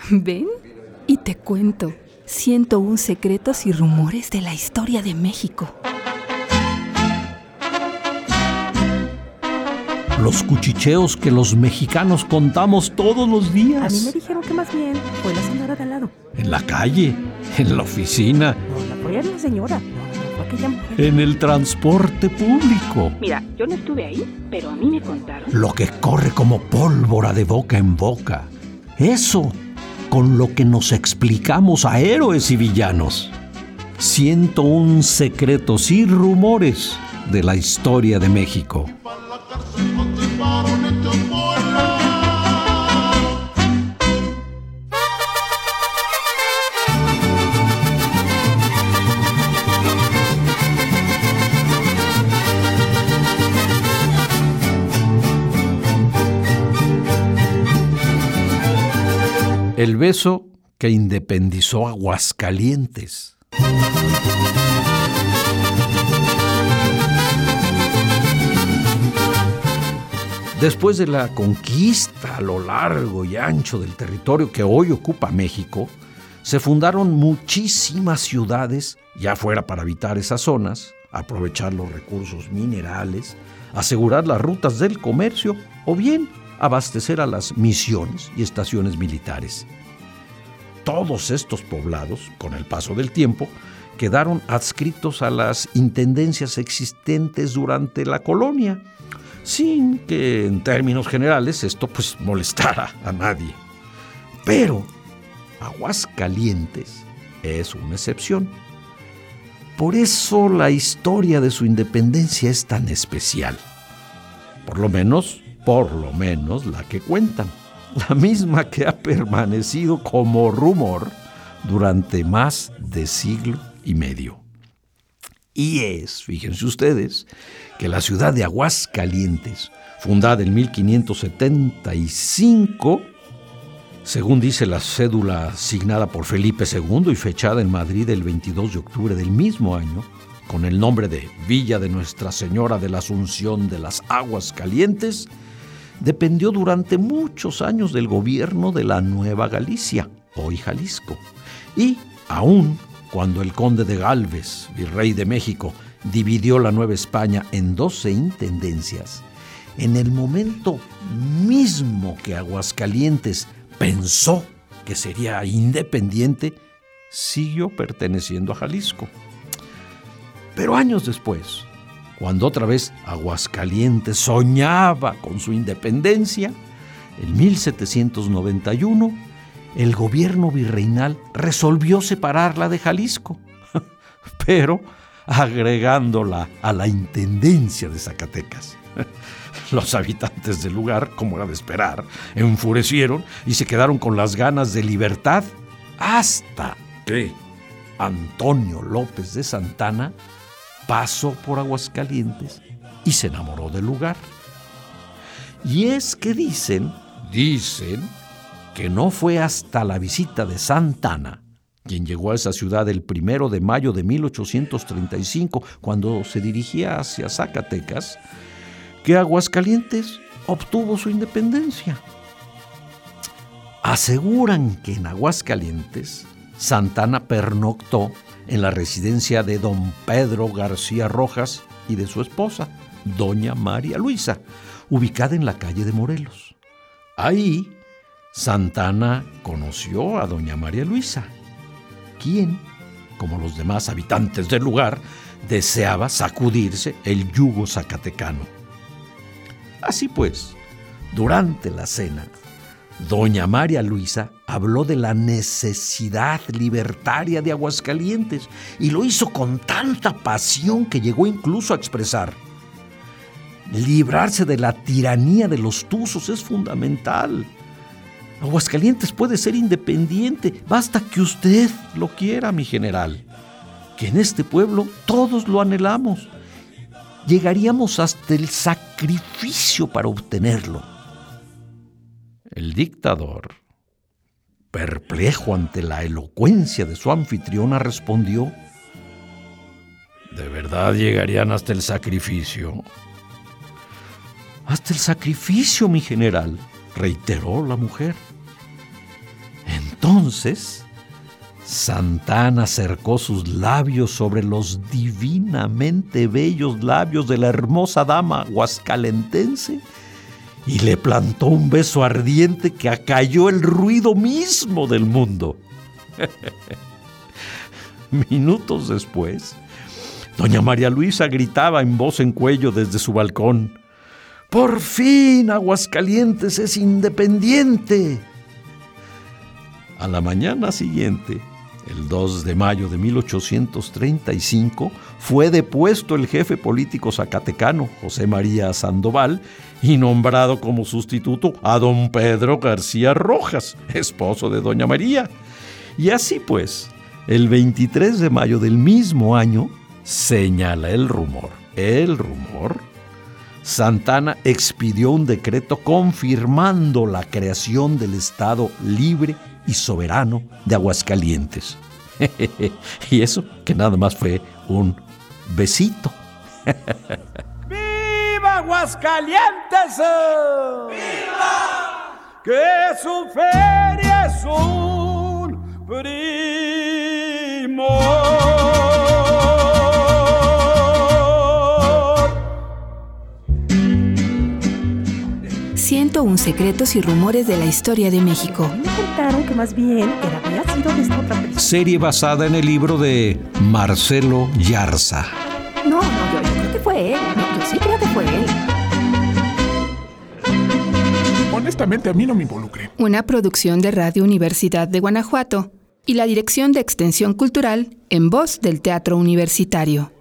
¿Ven? Y te cuento 101 secretos y rumores de la historia de México. Los cuchicheos que los mexicanos contamos todos los días. A mí me dijeron que más bien fue la señora de al lado. En la calle, en la oficina, No, la la señora. No, fue aquella mujer. en el transporte público. Mira, yo no estuve ahí, pero a mí me contaron. Lo que corre como pólvora de boca en boca. Eso, con lo que nos explicamos a héroes y villanos. 101 secretos y rumores de la historia de México. El beso que independizó Aguascalientes. Después de la conquista a lo largo y ancho del territorio que hoy ocupa México, se fundaron muchísimas ciudades, ya fuera para habitar esas zonas, aprovechar los recursos minerales, asegurar las rutas del comercio o bien abastecer a las misiones y estaciones militares. Todos estos poblados, con el paso del tiempo, quedaron adscritos a las intendencias existentes durante la colonia, sin que en términos generales esto molestara a nadie. Pero Aguascalientes es una excepción. Por eso la historia de su independencia es tan especial. Por lo menos la que cuentan, la misma que ha permanecido como rumor durante más de siglo y medio. Y fíjense ustedes, que la ciudad de Aguascalientes, fundada en 1575, según dice la cédula signada por Felipe II y fechada en Madrid el 22 de octubre del mismo año, con el nombre de Villa de Nuestra Señora de la Asunción de las Aguas Calientes, dependió durante muchos años del gobierno de la Nueva Galicia, hoy Jalisco. Y aún cuando el conde de Gálvez, virrey de México, dividió la Nueva España en 12 intendencias, en el momento mismo que Aguascalientes pensó que sería independiente, siguió perteneciendo a Jalisco. Pero años después, cuando otra vez Aguascalientes soñaba con su independencia, en 1791, el gobierno virreinal resolvió separarla de Jalisco, pero agregándola a la intendencia de Zacatecas. Los habitantes del lugar, como era de esperar, enfurecieron y se quedaron con las ganas de libertad hasta que Antonio López de Santana pasó por Aguascalientes y se enamoró del lugar. Y es que dicen que no fue hasta la visita de Santana, quien llegó a esa ciudad el 1 de mayo de 1835, cuando se dirigía hacia Zacatecas, que Aguascalientes obtuvo su independencia. Aseguran que en Aguascalientes Santana pernoctó en la residencia de don Pedro García Rojas y de su esposa, doña María Luisa, ubicada en la calle de Morelos. Ahí, Santana conoció a doña María Luisa, quien, como los demás habitantes del lugar, deseaba sacudirse el yugo zacatecano. Así pues, durante la cena, doña María Luisa habló de la necesidad libertaria de Aguascalientes y lo hizo con tanta pasión que llegó incluso a expresar: librarse de la tiranía de los tuzos es fundamental. Aguascalientes puede ser independiente, basta que usted lo quiera, mi general. Que en este pueblo todos lo anhelamos. Llegaríamos hasta el sacrificio para obtenerlo. El dictador, perplejo ante la elocuencia de su anfitriona, respondió: ¿de verdad llegarían hasta el sacrificio? Hasta el sacrificio, mi general, reiteró la mujer. Entonces, Santana acercó sus labios sobre los divinamente bellos labios de la hermosa dama aguascalentense y le plantó un beso ardiente que acalló el ruido mismo del mundo. Minutos después, doña María Luisa gritaba en voz en cuello desde su balcón: ¡Por fin Aguascalientes es independiente! A la mañana siguiente, el 2 de mayo de 1835, fue depuesto el jefe político zacatecano, José María Sandoval, y nombrado como sustituto a don Pedro García Rojas, esposo de doña María. Y así pues, el 23 de mayo del mismo año, señala el rumor, Santana expidió un decreto confirmando la creación del Estado libre y soberano de Aguascalientes. Y eso que nada más fue un besito. ¡Viva Aguascalientes! ¡Viva! Que su feria es un primor. 101 secretos y rumores de la historia de México. Me contaron que más bien había sido de esta otra persona. Serie basada en el libro de Marcelo Yarza. No, yo creo que fue él. No, yo sí creo que fue él. Honestamente, a mí no me involucré. Una producción de Radio Universidad de Guanajuato y la Dirección de Extensión Cultural en voz del Teatro Universitario.